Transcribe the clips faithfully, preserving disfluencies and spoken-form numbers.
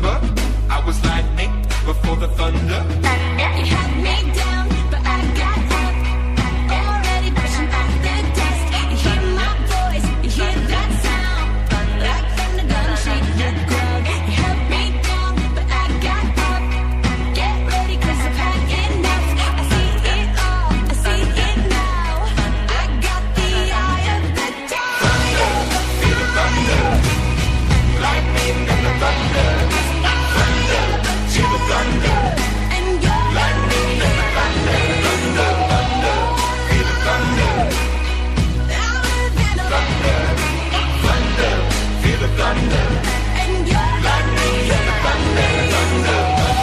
remember I was lightning before the thunder. Thunder. You had me down, but I got up. Already brushing off the dust. You hear my voice, you hear that sound. Like thunder gonna shake the ground. You held me down, but I got up. Get ready, cause I've had enough. I see it all, I see it now. I got the eye of the tiger. Feel the thunder. Lightning and the thunder. Thunder. Feel the thunder. And you're Lightning and the thunder. Thunder. Thunder. Feel the thunder. louder than a Thunder. Thunder. Feel the thunder. and you're Lightning and the thunder. Thunder.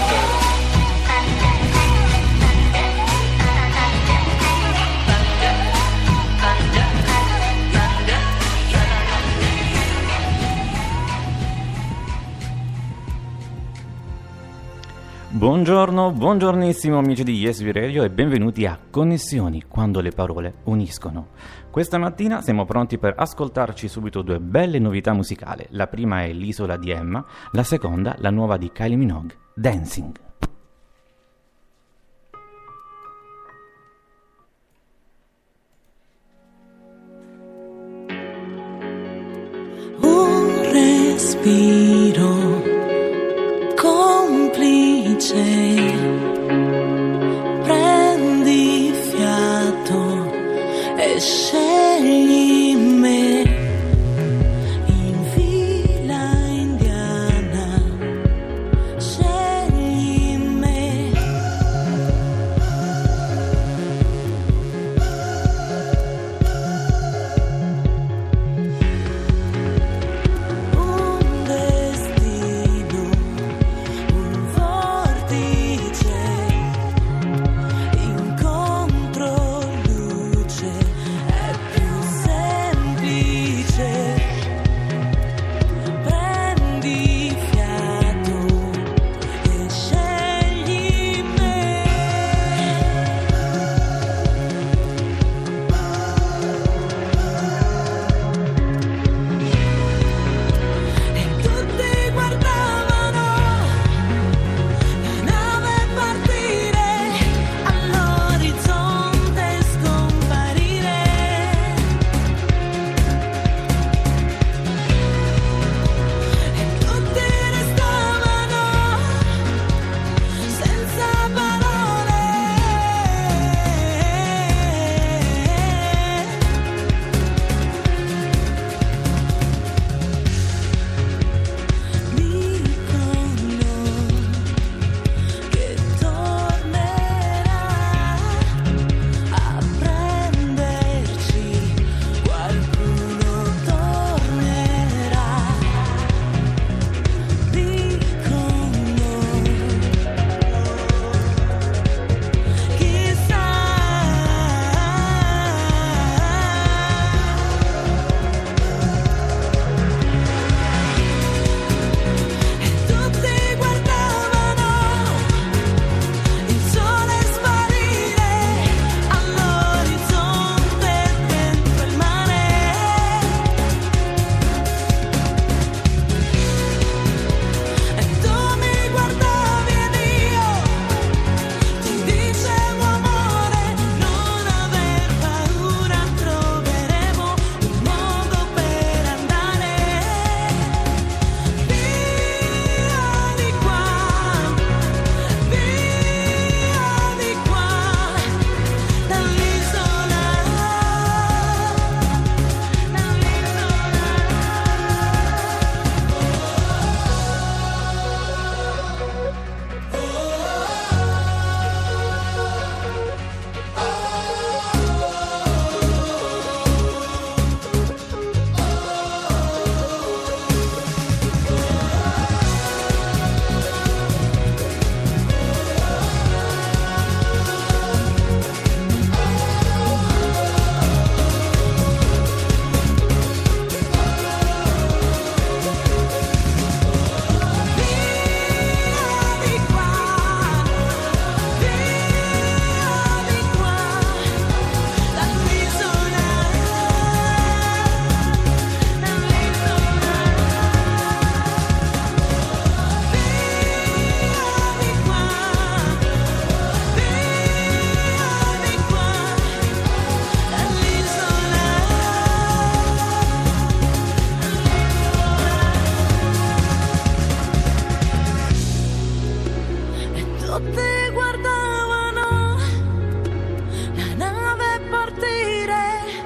Buongiorno, buongiornissimo amici di Yes We Radio e benvenuti a Connessioni, quando le parole uniscono. Questa mattina siamo pronti per ascoltarci subito due belle novità musicali. La prima è L'isola di Emma, la seconda la nuova di Kylie Minogue, Dancing. Un respiro complice, prendi fiato e scegli me. In fila indiana scegli tutti guardavano la nave partire,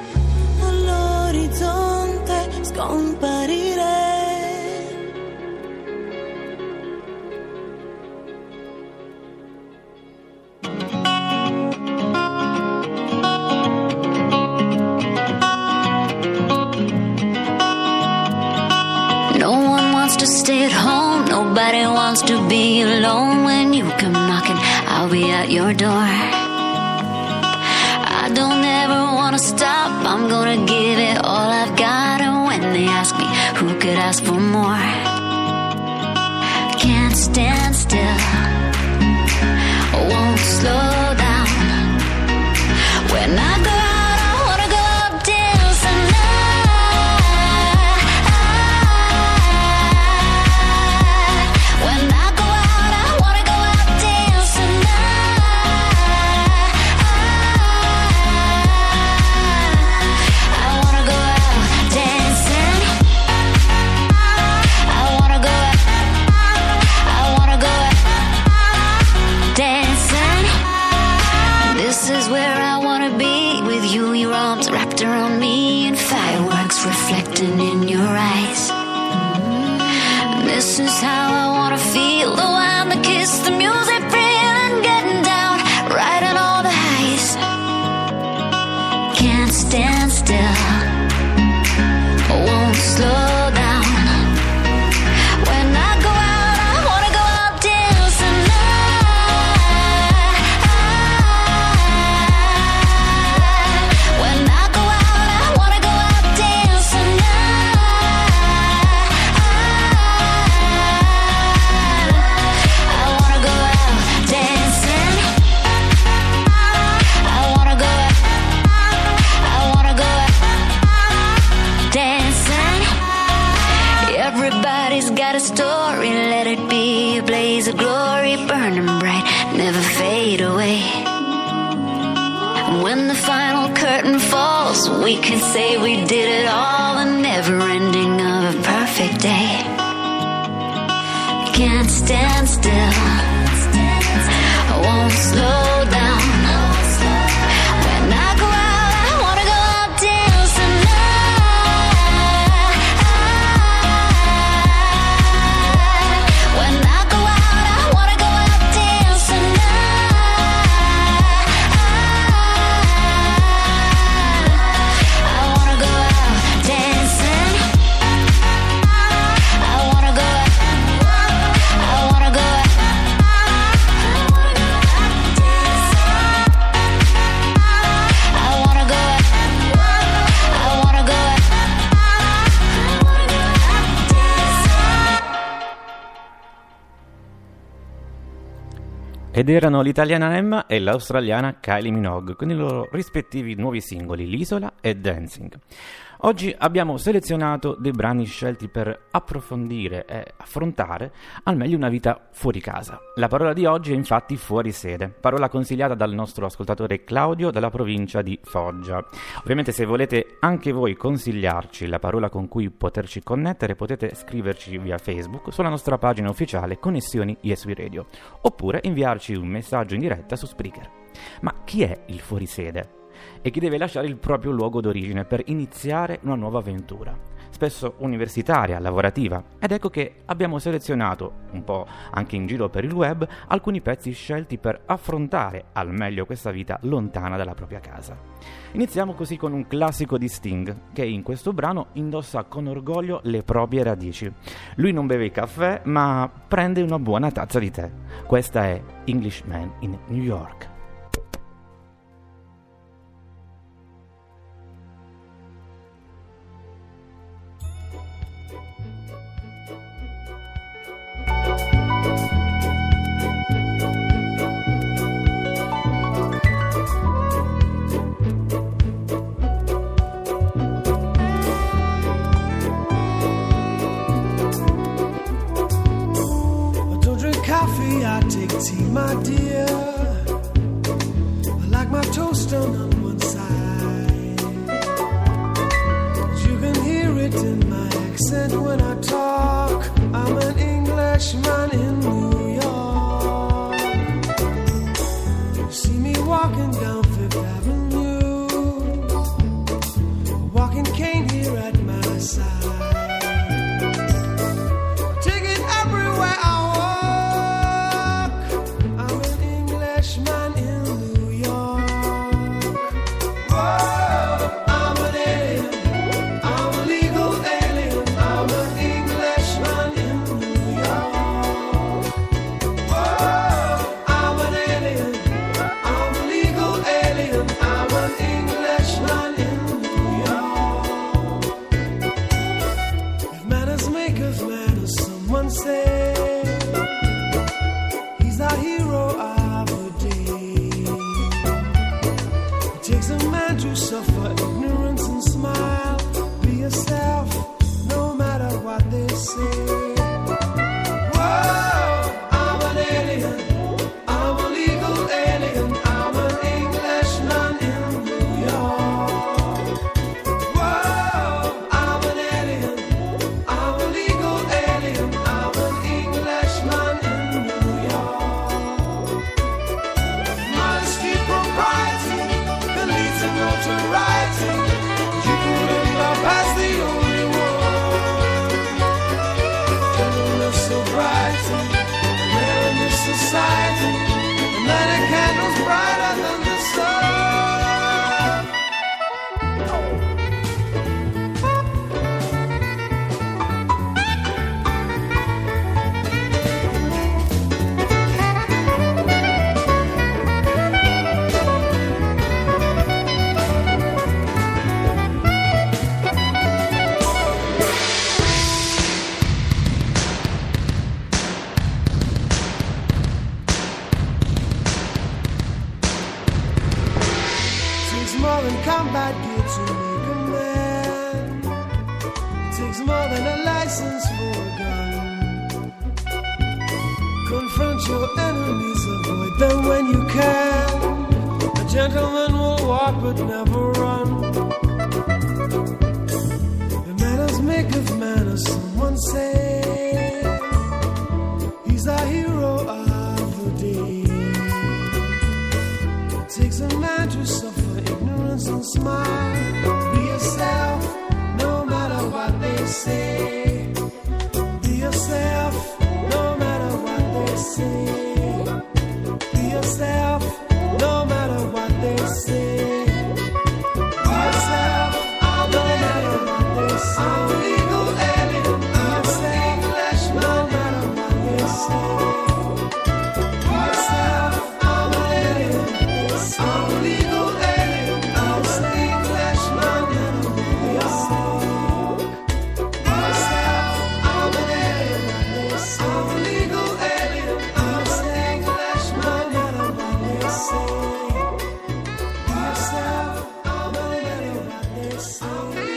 all'orizzonte scomparire. Stay at home, nobody wants to be alone. When you come knocking, I'll be at your door. I don't ever wanna stop, I'm gonna give it all I've got. And when they ask me, who could ask for more? Can't stand still, won't slow down. When I go out, I wanna go out dancing. When I go out, I wanna go out dancing. I wanna go out dancing. I wanna go out. I wanna go out dancing. This is where I wanna be with you, your arms wrapped around me, and fireworks reflecting in your eyes. This is how I wanna feel, the wine, the kiss, the music, feeling, getting down, riding all the highs. Can't stand still, won't slow down. When I go out, I wanna go out dancing. When I go out, I wanna go out dancing. I wanna go out dancing. I wanna go out. I wanna go out dancing. Everybody's got a story, let it be a blaze of glory, burning bright, never fade away. And when the final curtain falls, we can say we did it all, a never ending of a perfect day. Can't stand still, I won't slow down. When I go out, I wanna go out dancing. When I go out, I wanna go out dancing. I wanna go out dancing. I wanna go out. I wanna go out. I wanna go out. I wanna go out. Ed erano l'italiana Emma e l'australiana Kylie Minogue con i loro rispettivi nuovi singoli L'Isola e Dancing. Oggi abbiamo selezionato dei brani scelti per approfondire e affrontare al meglio una vita fuori casa. La parola di oggi è infatti fuori sede, parola consigliata dal nostro ascoltatore Claudio dalla provincia di Foggia. Ovviamente se volete anche voi consigliarci la parola con cui poterci connettere, potete scriverci via Facebook sulla nostra pagina ufficiale Connessioni Y S V Radio, oppure inviarci un messaggio in diretta su Spreaker. Ma chi è il fuorisede? E chi deve lasciare il proprio luogo d'origine per iniziare una nuova avventura, spesso universitaria, lavorativa. Ed ecco che abbiamo selezionato, un po' anche in giro per il web, alcuni pezzi scelti per affrontare al meglio questa vita lontana dalla propria casa. Iniziamo così con un classico di Sting, che in questo brano indossa con orgoglio le proprie radici. Lui non beve il caffè, ma prende una buona tazza di tè. Questa è Englishman in New York. I take tea, my dear. I like my toast on one side. You can hear it in my accent when I talk. I'm an Englishman in New York. than combat gear to make a man. It takes more than a license for a gun. Confront your enemies, avoid them when you can. A gentleman will walk but never run. The manners make of manners, someone say. He's a hero of the day. It takes a man to suffer ignorance and smile. Be yourself, no matter what they say. Be yourself, no matter what they say. Be yourself, no matter what they say. Be yourself, no matter what they say. I'm a legal alien, I'm a English, no matter what they say. Be yourself, I'm an alien. I'm a legal alien, I'm a English, no matter what they say. Be yourself, I'm an alien. I'm a legal alien, I'm a English, no matter what they say. Be yourself, I'm an alien. I'm a legal alien, I'm a English, no matter what they say.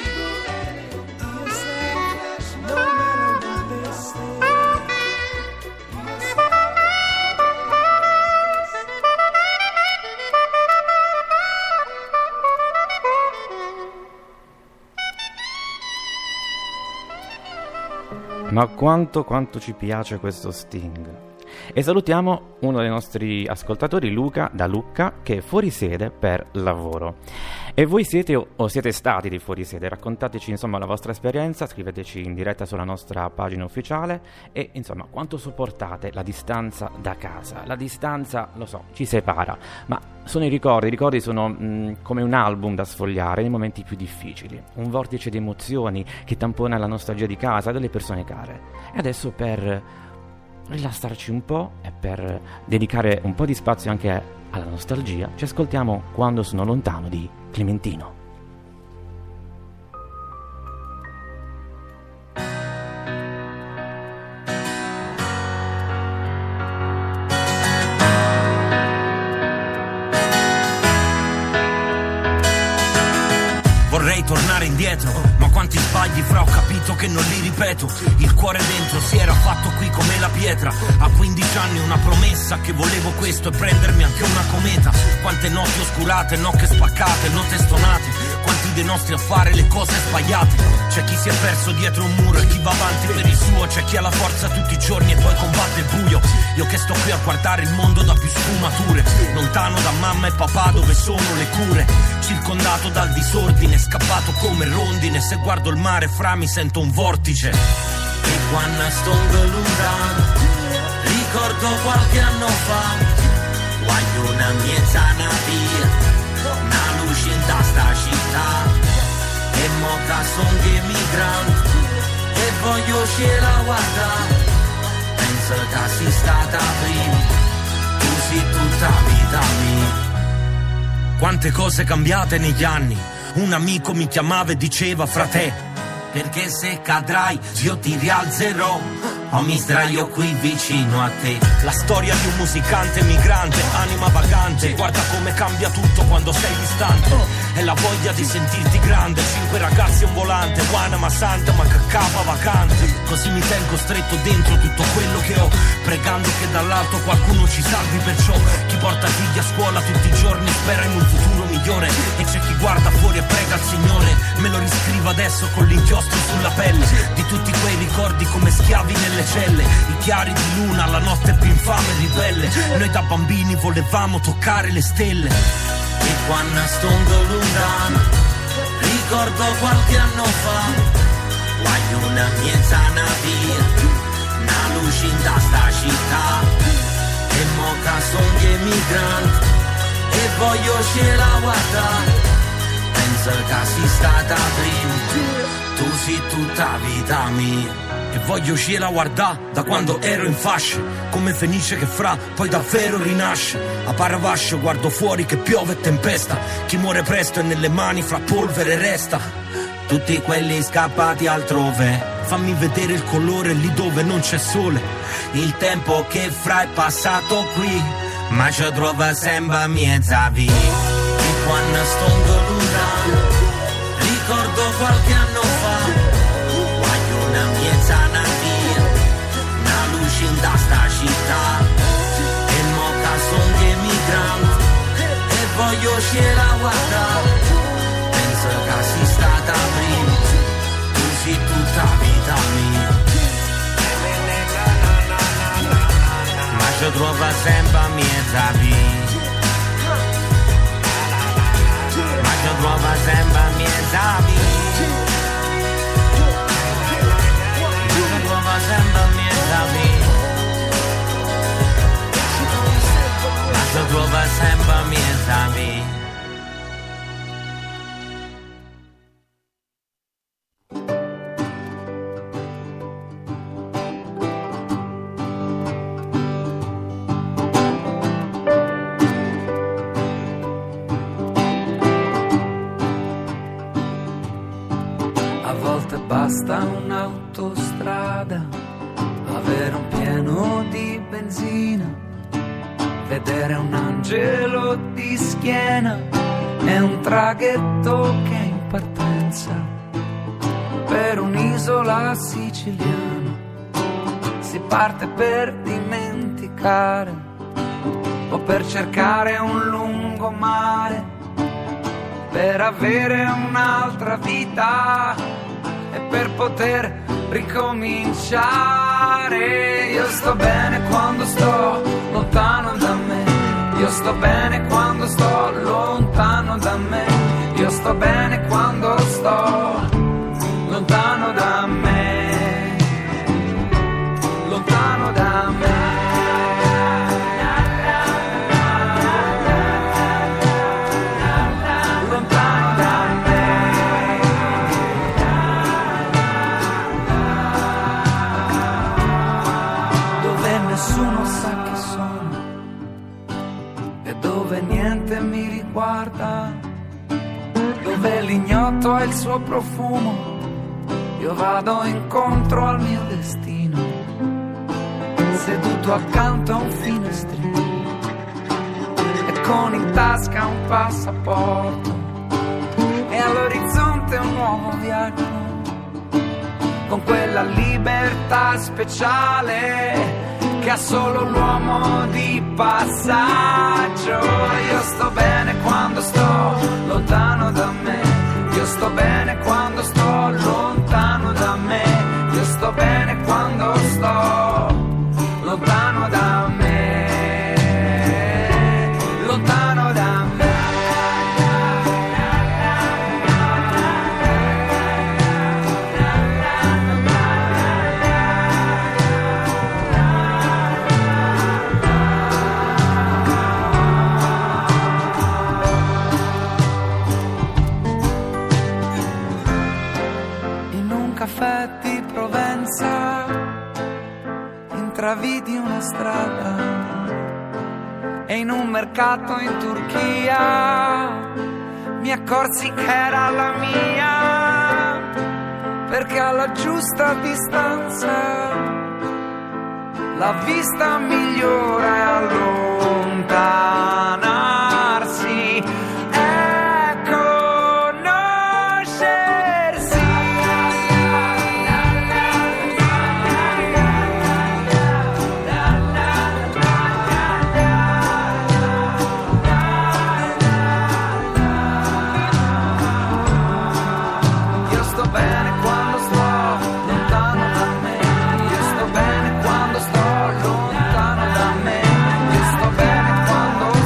Ma quanto, quanto ci piace questo Sting. E salutiamo uno dei nostri ascoltatori, Luca, da Lucca, che è fuori sede per lavoro. E voi siete o, o siete stati di fuori sede? Raccontateci insomma la vostra esperienza, scriveteci in diretta sulla nostra pagina ufficiale e insomma quanto sopportate la distanza da casa. La distanza, lo so, ci separa, ma sono i ricordi, i ricordi sono mh, come un album da sfogliare nei momenti più difficili, un vortice di emozioni che tampona la nostalgia di casa e delle persone care. E adesso per rilassarci un po' e per dedicare un po' di spazio anche alla nostalgia, ci ascoltiamo Quando sono lontano di Clementino. Vorrei tornare indietro, ma quanti sbagli fra, ho capito che non li ripeto. Il cuore dentro si era fatto qui come la pietra. A quindici anni una promessa che volevo questo e prendermi anche una cometa. Quante notti oscurate, nocche spaccate, note stonate. Quanti dei nostri a fare le cose sbagliate. C'è chi si è perso dietro un muro e chi va avanti per il suo. C'è chi ha la forza tutti i giorni e poi combatte il buio. Io che sto qui a guardare il mondo da più sfumature, lontano da mamma e papà dove sono le cure. Circondato dal disordine, scappato come rondine. Se guardo il mare fra mi sento un vortice. E quando sto lontano ricordo qualche anno fa, voglio una mezza via, una luce in sta città. E mo che sono emigrante e voglio uscire guardare. Penso che sei stata prima, tu sei tutta vita mia. Quante cose cambiate negli anni. Un amico mi chiamava e diceva frate, perché se cadrai io ti rialzerò o mi sdraio qui vicino a te. La storia di un musicante migrante, anima vagante. Guarda come cambia tutto quando sei distante. E la voglia di sentirti grande. Cinque ragazzi e un volante, buona ma santa ma cacava vacante. Così mi tengo stretto dentro tutto quello che ho, pregando che dall'alto qualcuno ci salvi. Perciò chi porta figli a scuola tutti i giorni spera in un futuro migliore. E c'è chi guarda fuori e prega al Signore me lo riscriva adesso con l'inchiostro sulla pelle di tutti quei ricordi come schiavi nelle celle. I chiari di luna, la notte più infame e ribelle. Noi da bambini volevamo toccare le stelle. E quando sto lontano ricordo qualche anno fa, voglio una mezza via, una luce in sta città. E mo che sono emigrante e voglio uscire a guardare. Penso che sei stata prima, tu sei tutta vita mia. E voglio uscire a guardare da quando ero in fasce, come fenice che fra poi davvero rinasce. A Paravascio guardo fuori che piove e tempesta, chi muore presto e nelle mani fra polvere resta. Tutti quelli scappati altrove, fammi vedere il colore lì dove non c'è sole. Il tempo che fra è passato qui, ma ci trova sempre mezza via. E quando sto qualche anno fa, voglio una mezza natia, una luce in da sta città, e mo che son di emigranti, e voglio c'era guardare, penso che sei stata prima, tu sei tutta vita mia. Ma ci trova sempre mezza vita, ma ci trova sempre mezza vita, ci trova sempre mezza vita, ma ci trova sempre mezza vita. Basta un'autostrada, avere un pieno di benzina, vedere un angelo di schiena e un traghetto che è in partenza per un'isola siciliana. Si parte per dimenticare o per cercare un lungomare, per avere un'altra vita e per poter ricominciare. Io sto bene quando sto lontano da me, io sto bene quando sto lontano da me, io sto bene quando sto lontano da me, lontano da me. Niente mi riguarda, dove l'ignoto ha il suo profumo, io vado incontro al mio destino, seduto accanto a un finestrino e con in tasca un passaporto e all'orizzonte un nuovo viaggio, con quella libertà speciale che ha solo l'uomo di passaggio. Io sto bene quando sto lontano da me, io sto bene quando sto lontano da me, io sto bene quando sto lontano da me, lontano da me. Caffè di Provenza intravidi una strada e in un mercato in Turchia mi accorsi che era la mia, perché alla giusta distanza la vista migliore è allontanarsi. Quando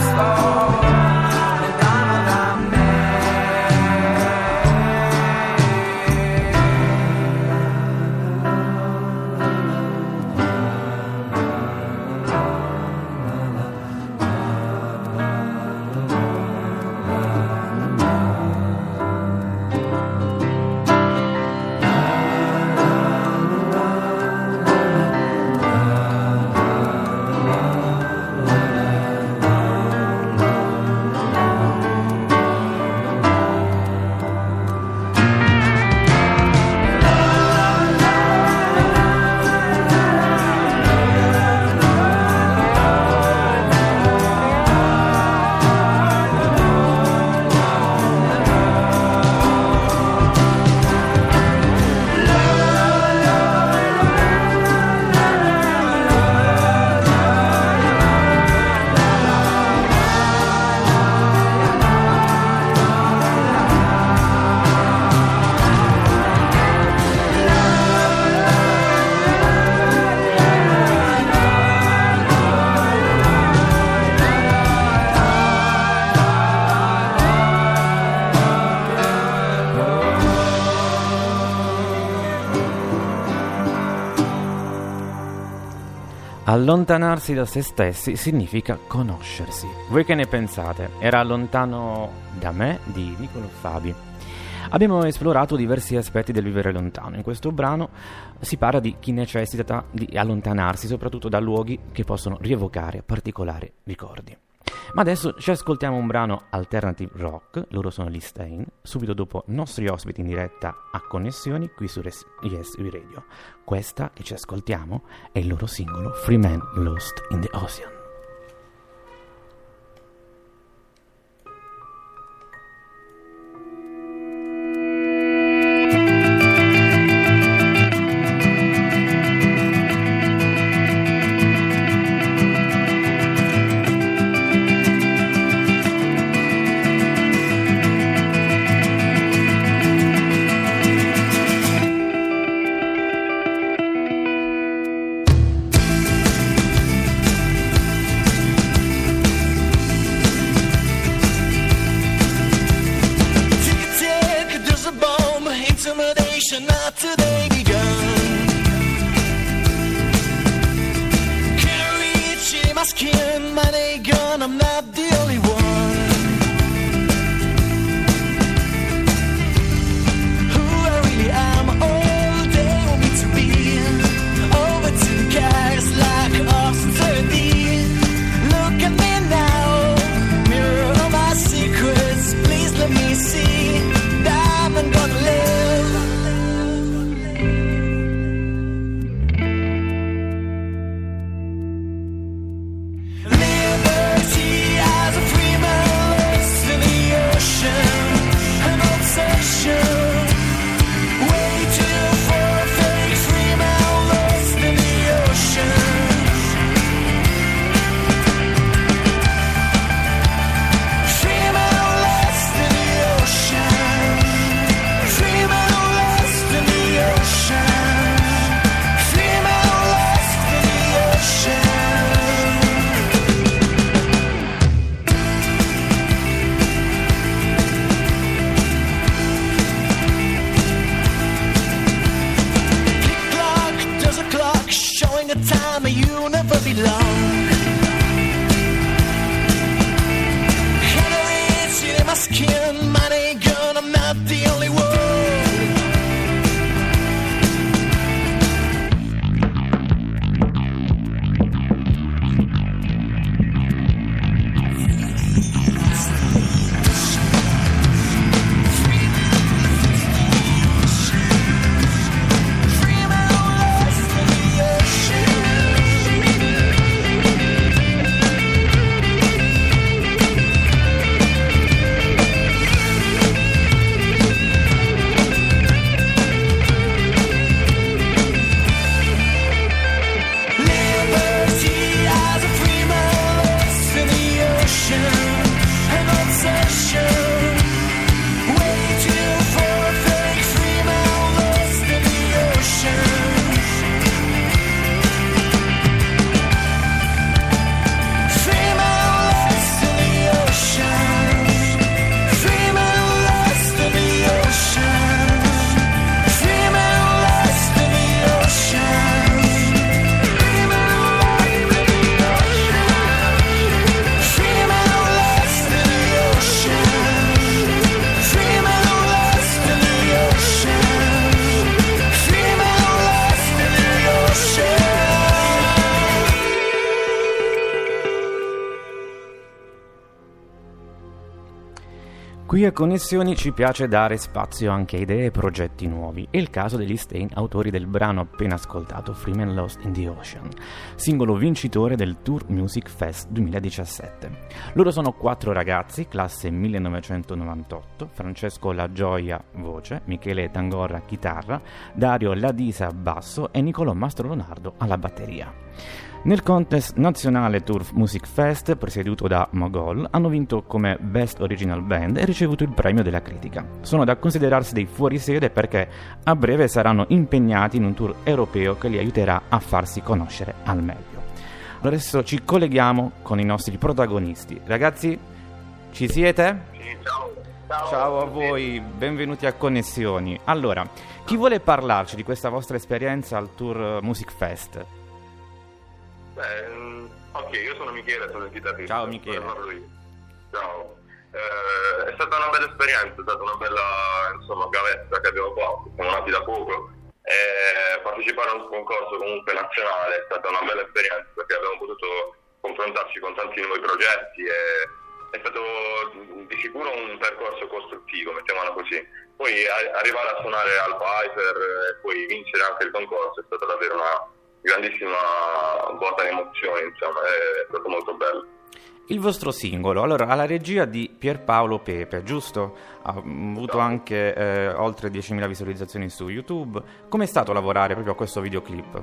Allontanarsi da se stessi significa conoscersi. Voi che ne pensate? Era lontano da me di Niccolò Fabi. Abbiamo esplorato diversi aspetti del vivere lontano. In questo brano si parla di chi necessita di allontanarsi, soprattutto da luoghi che possono rievocare particolari ricordi. Ma adesso ci ascoltiamo un brano alternative rock, loro sono gli Stain, subito dopo nostri ospiti in diretta a Connessioni qui su Yes We Radio. Questa che ci ascoltiamo è il loro singolo Free Man Lost in the Ocean. Not today begun. Can't reach in my skin, my day gone, I'm not the only one. Who I really am, all they want me to be. Over to the guys like Austin thirty. Look at me now, mirror all my secrets. Please let me see that I'm gonna live. Time you never belong. Can't reach in my skin, money gun, I'm not the only one. Qui a Connessioni ci piace dare spazio anche a idee e progetti nuovi. È il caso degli Stain, autori del brano appena ascoltato Free Man Lost in the Ocean, singolo vincitore del Tour Music Fest duemiladiciassette. Loro sono quattro ragazzi, classe millenovecentonovantotto, Francesco La Gioia voce, Michele Tangorra chitarra, Dario Ladisa basso e Niccolò Mastrolonardo alla batteria. Nel contest nazionale Tour Music Fest, presieduto da Mogol, hanno vinto come Best Original Band e ricevuto il premio della critica. Sono da considerarsi dei fuorisede perché a breve saranno impegnati in un tour europeo che li aiuterà a farsi conoscere al meglio. Adesso ci colleghiamo con i nostri protagonisti. Ragazzi, ci siete? Sì, ciao. Ciao. Ciao a voi, benvenuti a Connessioni. Allora, chi vuole parlarci di questa vostra esperienza al Tour Music Fest? Beh, mm, ok, io sono Michele, sono il chitarrista. Ciao, Michele. Parlo io. Ciao. Eh, è stata una bella esperienza, è stata una bella, insomma, gavetta che abbiamo fatto, siamo nati da poco. E partecipare a un concorso comunque nazionale è stata una bella esperienza perché abbiamo potuto confrontarci con tanti nuovi progetti e è stato di sicuro un percorso costruttivo, mettiamola così. Poi a- arrivare a suonare al Piper e poi vincere anche il concorso è stata davvero una grandissima botta di emozioni, insomma, è stato molto bello. Il vostro singolo, allora, alla regia di Pierpaolo Pepe, giusto? Ha avuto anche eh, oltre diecimila visualizzazioni su YouTube. Com'è stato lavorare proprio a questo videoclip?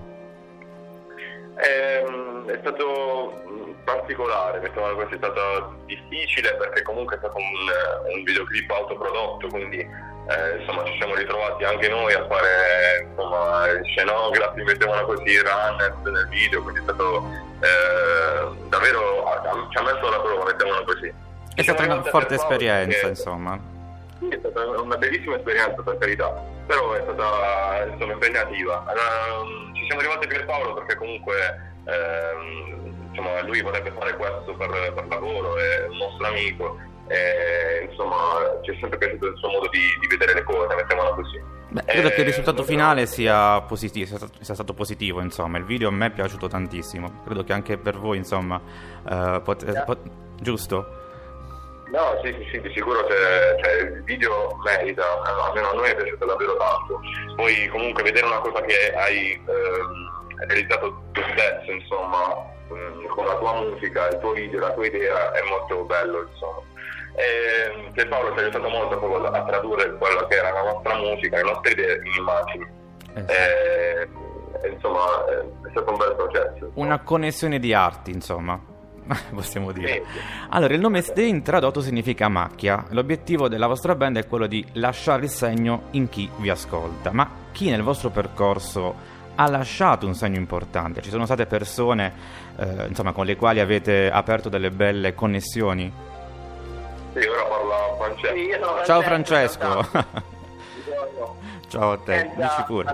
È, è stato particolare, mettiamola così, è stato difficile perché comunque è stato un, un videoclip autoprodotto, quindi eh, insomma ci siamo ritrovati anche noi a fare insomma scenografi, mettiamola così, runners nel video, quindi è stato eh, davvero, ci ha messo la prova, mettiamola così. È stata una forte esperienza, che, insomma. Sì, è stata una bellissima esperienza, per carità, però è stata insomma impegnativa. Allora, ci siamo arrivati a Pierpaolo perché comunque ehm, insomma lui vorrebbe fare questo per, per lavoro, è un nostro amico e insomma ci è sempre piaciuto il suo modo di, di vedere le cose, mettiamola così. Beh, credo e, che il risultato finale sia positivo, sia stato, sia stato positivo, insomma. Il video a me è piaciuto tantissimo. Credo che anche per voi, insomma, eh, pot- pot- giusto? No, sì, sì, sì, di sicuro c'è, cioè, il video merita, almeno a noi è piaciuto davvero tanto. Poi comunque vedere una cosa che hai ehm, realizzato tu stesso, insomma, ehm, con la tua musica, il tuo video, la tua idea, è molto bello, insomma. E che Paolo ci ha aiutato molto proprio a tradurre quello che era la nostra musica, le nostre idee in immagini. Esatto. E, e, insomma, è stato un bel processo. Una connessione di arti, insomma. Possiamo dire. Sì. Allora, il nome Stain tradotto significa macchia. L'obiettivo della vostra band è quello di lasciare il segno in chi vi ascolta. Ma chi nel vostro percorso ha lasciato un segno importante? Ci sono state persone eh, insomma, con le quali avete aperto delle belle connessioni? Sì, ora parla Francesco. Sì, io sono Ciao Francesco. Francesco. Ciao a te, dici pure.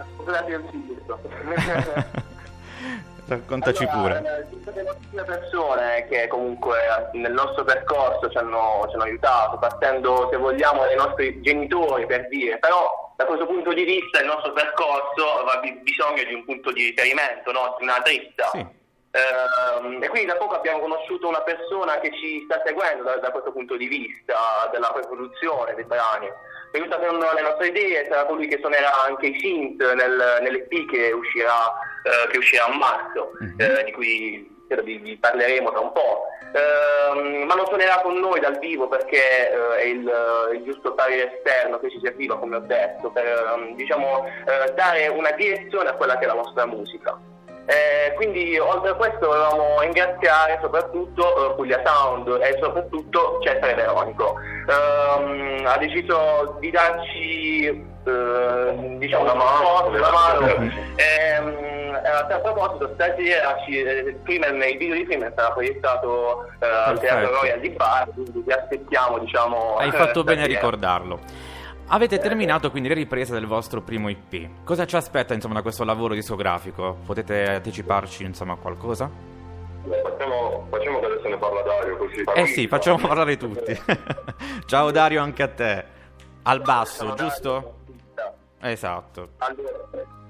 Raccontaci allora, pure. Ci sono tantissime persone che comunque nel nostro percorso ci hanno, ci hanno aiutato, partendo, se vogliamo, dai nostri genitori, per dire, però da questo punto di vista il nostro percorso aveva bisogno di un punto di riferimento, no? Di una dritta. Sì. Ehm, e quindi da poco abbiamo conosciuto una persona che ci sta seguendo da, da questo punto di vista della produzione dei brani. È venuta con le nostre idee, sarà colui che suonerà anche i synth nel, nell'E P che uscirà, eh, che uscirà a marzo, Mm-hmm. eh, di cui credo vi, vi parleremo tra un po'. Eh, ma non suonerà con noi dal vivo perché eh, è il, il giusto parere esterno che ci serviva, come ho detto, per eh, diciamo, eh, dare una direzione a quella che è la nostra musica. Eh, quindi oltre a questo volevamo ringraziare soprattutto uh, Puglia Sound e soprattutto Cesare Veronico. Um, ha deciso di darci uh, diciamo una mano, una mano. E, um, a tal proposito stasera ci, eh, Freeman, il video di Freeman sarà proiettato uh, al Teatro Royal di Bari, quindi vi aspettiamo, diciamo. Hai fatto bene a stasera. ricordarlo. Avete terminato quindi le riprese del vostro primo I P. Cosa ci aspetta, insomma, da questo lavoro discografico? Potete anticiparci, insomma, qualcosa? Beh, facciamo, facciamo che adesso ne parla Dario, così. Eh sì, facciamo parlare tutti. Ciao Dario, anche a te. Al basso, giusto? Esatto. Allora,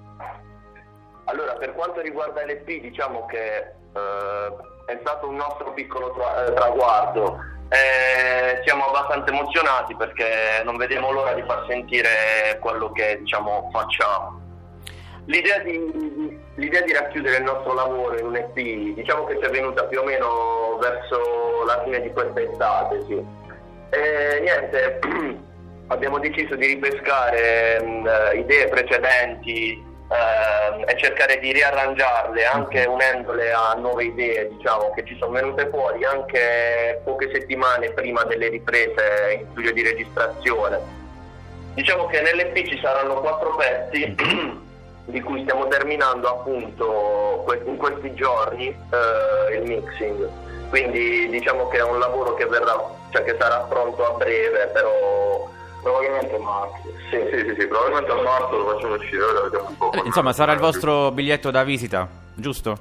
allora, per quanto riguarda l'E P, diciamo che eh, è stato un nostro piccolo tra- traguardo. Eh, siamo abbastanza emozionati perché non vediamo l'ora di far sentire quello che, diciamo, facciamo. L'idea di, l'idea di racchiudere il nostro lavoro in un E P, diciamo che ci è venuta più o meno verso la fine di questa estate, sì. E niente, abbiamo deciso di ripescare mh, idee precedenti eh, e cercare di riarrangiarle, anche unendole a nuove idee, diciamo, che ci sono venute fuori anche poche settimane prima delle riprese in studio di registrazione. Diciamo che nell'E P ci saranno quattro pezzi di cui stiamo terminando appunto in questi giorni eh, il mixing, quindi diciamo che è un lavoro che verrà, cioè che sarà pronto a breve, però probabilmente a marzo. Sì, sì, sì, sì, probabilmente a marzo lo facciamo uscire, ora vediamo un po'. Eh, insomma, sarà il vostro biglietto da visita, giusto?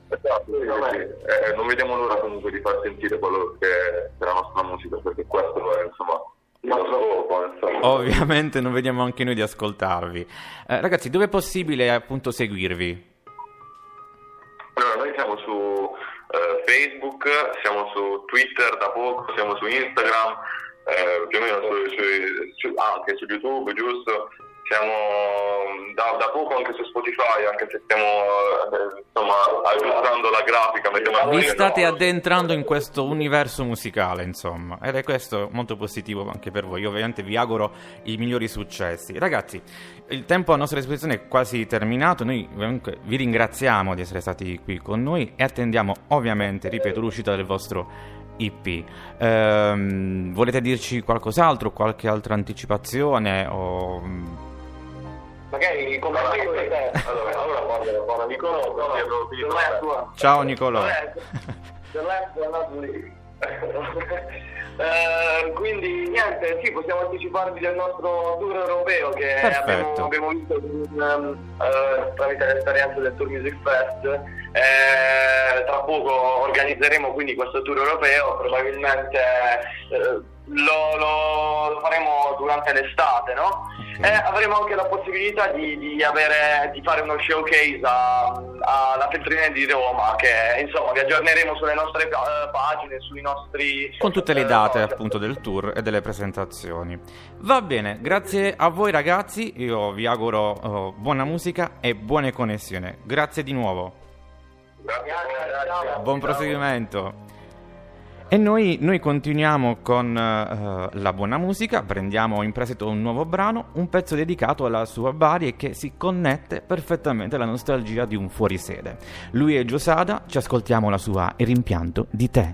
Esatto, sì, sì. Eh, non vediamo l'ora comunque di far sentire quello che è la nostra musica, perché questo è insomma il nostro scopo, insomma. Ovviamente non vediamo anche noi di ascoltarvi. Eh, ragazzi, dove è possibile appunto seguirvi? Allora, noi siamo su eh, Facebook, siamo su Twitter da poco, siamo su Instagram, eh, più o meno su, su, su, anche su YouTube, giusto? Siamo da, da poco anche su Spotify, anche se stiamo eh, insomma aggiustando la grafica. Vi state addentrando in questo universo musicale, insomma, ed è questo molto positivo anche per voi. Io ovviamente vi auguro i migliori successi. Ragazzi, il tempo a nostra disposizione è quasi terminato, noi comunque vi ringraziamo di essere stati qui con noi e attendiamo ovviamente, ripeto, l'uscita del vostro I P. Ehm, volete dirci qualcos'altro, qualche altra anticipazione o... Magari come te. Allora, allora parla, parla Nicolò, no, ciao Nicolò. Uh, quindi niente, sì, possiamo anticiparvi del nostro tour europeo che abbiamo, abbiamo visto um, uh, tramite l'esperienza del Tour Music Fest. Eh, tra poco organizzeremo quindi questo tour europeo, probabilmente uh, lo, lo, lo faremo durante l'estate, no? Okay. E avremo anche la possibilità di, di avere di fare uno showcase alla Feltrinelli di Roma, che insomma vi aggiorneremo sulle nostre uh, pagine, sui nostri con tutte le date uh, appunto del tour e delle presentazioni. Va bene, grazie a voi ragazzi, io vi auguro uh, buona musica e buone connessioni. Grazie di nuovo. Grazie, grazie. Buon proseguimento. E noi, noi continuiamo con uh, la buona musica, prendiamo in prestito un nuovo brano, un pezzo dedicato alla sua Bari e che si connette perfettamente alla nostalgia di un fuorisede. Lui è Giosada, ci ascoltiamo la sua Il rimpianto di te.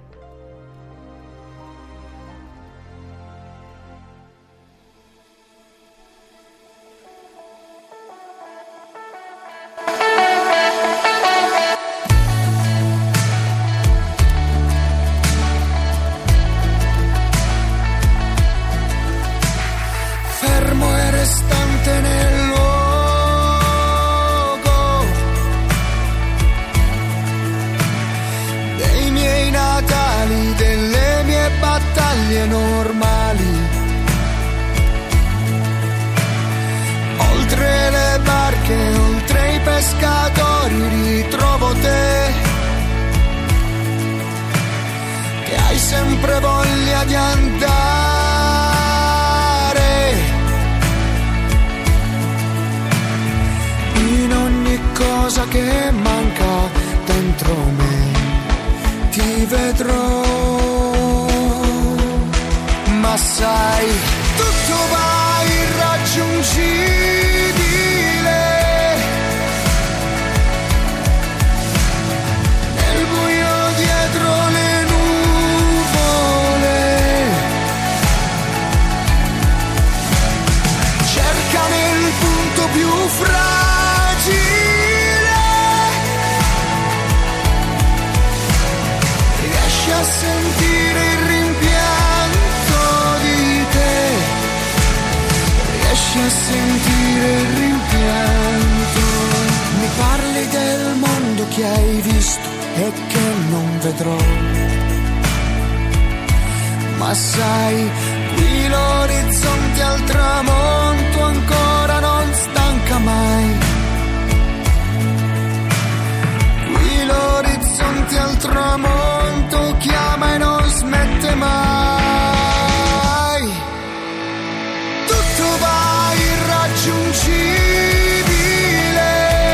Sempre voglia di andare in ogni cosa che manca dentro me, ti vedrò, ma sai, tutto va irraggiungibile, nel buio dietro le più fragile, riesci a sentire il rimpianto di te, riesci a sentire il rimpianto. Mi parli del mondo che hai visto e che non vedrò, ma sai, qui l'orizzonte al tramonto ancora non stanca mai. Qui l'orizzonte al tramonto chiama e non smette mai. Tutto va irraggiungibile,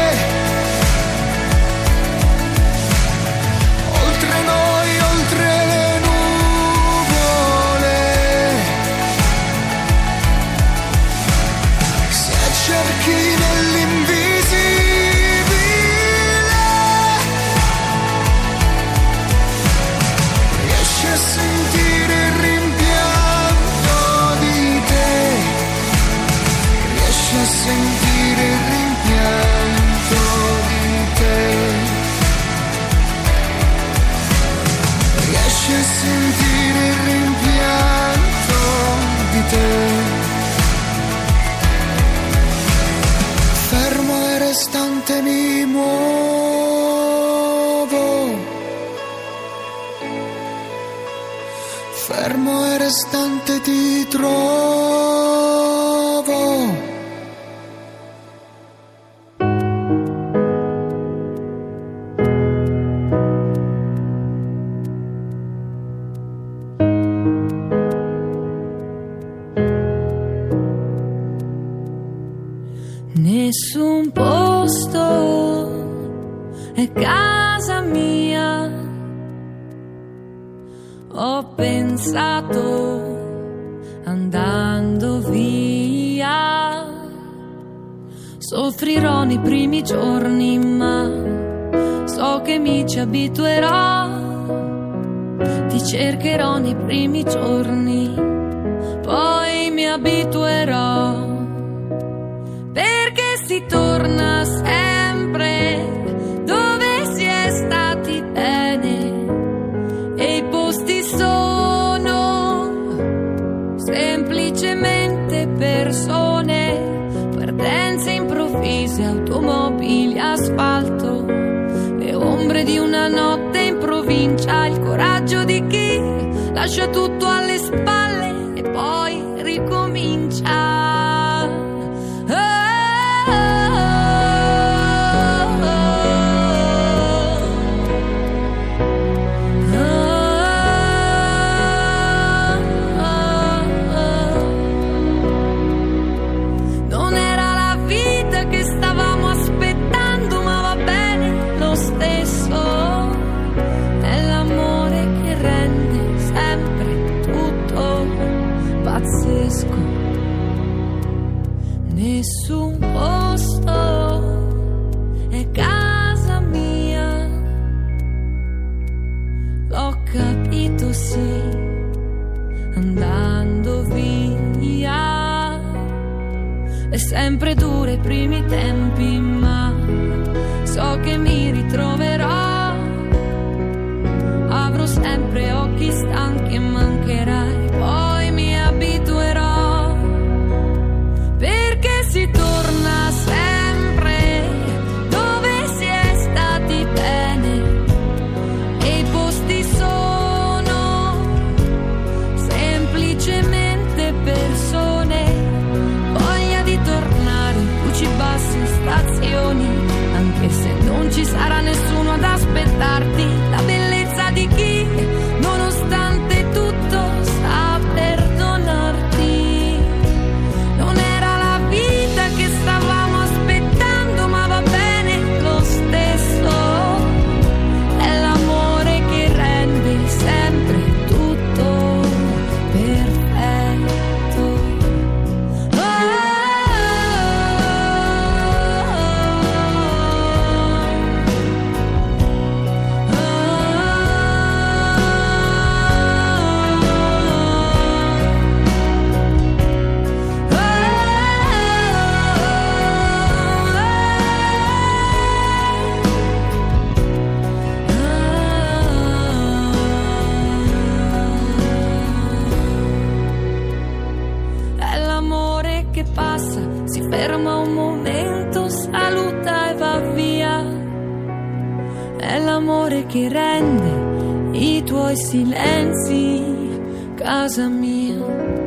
oltre noi, oltre le nuvole. Se cerchi nell'invisibile, fermo e restante ti trovo. Nessun posto è casa mia. Ho pensato andando via. Soffrirò nei primi giorni, ma so che mi ci abituerò. Ti cercherò nei primi giorni, poi mi abituerò. Perché si torna sempre dove si è stati bene, e i posti sono semplicemente persone, partenze improvvise, automobili, asfalto, le ombre di una notte in provincia, il coraggio di chi lascia tutto alle spalle e poi ricomincia. Nessun posto è casa mia. L'ho capito, sì, andando via. È sempre duro i primi tempi, ma so che mi ritroverò. Avrò sempre occhi stanchi e mancherai, poi mi abituerò. Perché si torna sempre dove si è stati bene, e i posti sono semplicemente persone, voglia di tornare, luci basse, stazioni, anche se non ci sarà nessuno ad aspettarti, la bellezza di chi nonostante tutto sa perdonarti. Non era la vita che stavamo aspettando, ma va bene lo stesso. È l'amore che rende sempre tutto perfetto. Oh, è l'amore che passa, si ferma un momento, saluta e va via. È l'amore che rende i tuoi silenzi casa mia.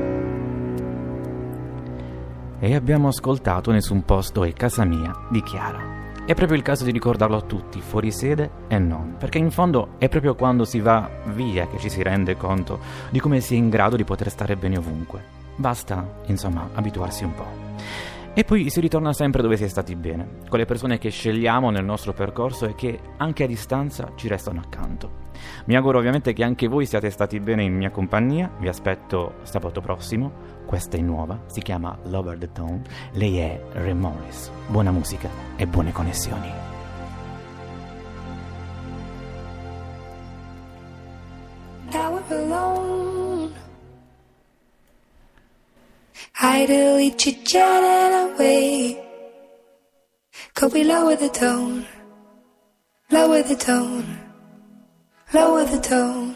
E abbiamo ascoltato Nessun posto è casa mia di Chiara. È proprio il caso di ricordarlo a tutti, fuori sede e non, perché in fondo è proprio quando si va via che ci si rende conto di come si è in grado di poter stare bene ovunque. Basta, insomma, abituarsi un po'. E poi si ritorna sempre dove si è stati bene, con le persone che scegliamo nel nostro percorso e che anche a distanza ci restano accanto. Mi auguro ovviamente che anche voi siate stati bene in mia compagnia, vi aspetto sabato prossimo. Questa è nuova, si chiama Lower the Tone, lei è Ray Morris. Buona musica e buone connessioni. Now we're alone. Idly chit-chatting away. Could we lower the tone? Lower the tone. Lower the tone.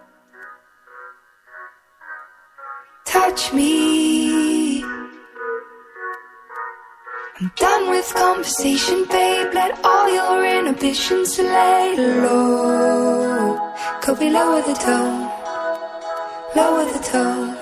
Touch me. I'm done with conversation, babe. Let all your inhibitions lay low. Could we lower the tone? lower the tone.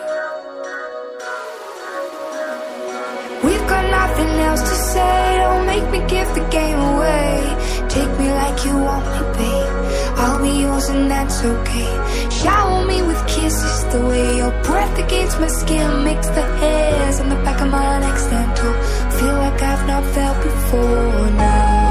We've got nothing else to say, don't make me give the game away. Take me like you want me, babe, I'll be yours and that's okay. Shower me with kisses, the way your breath against my skin makes the hairs on the back of my neck stand tall. Feel like I've not felt before now.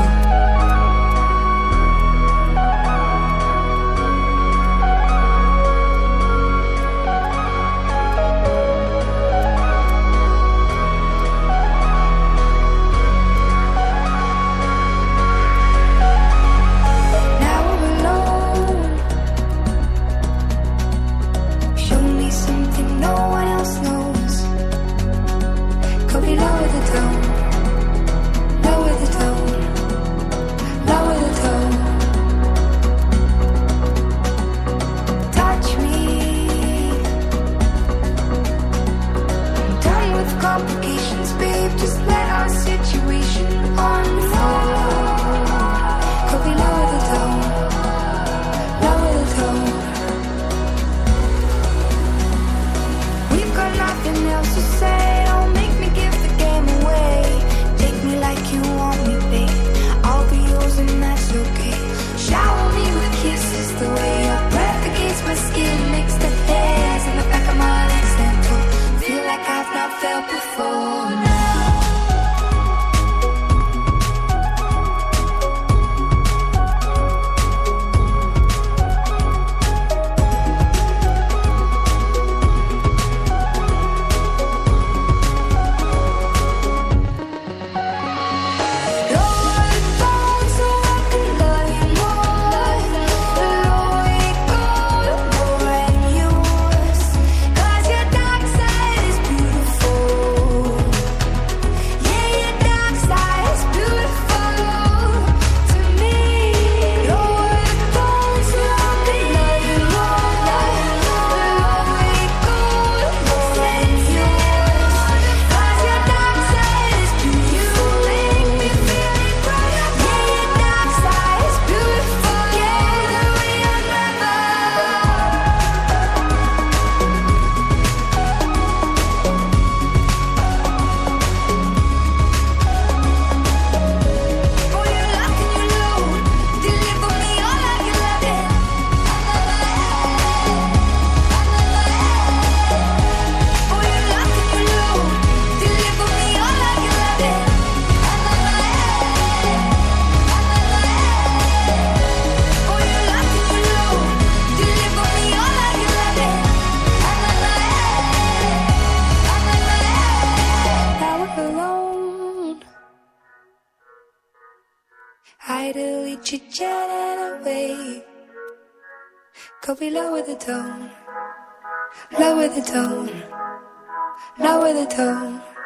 Idly chit-chatting away. Could we lower the tone, lower the tone, lower the tone.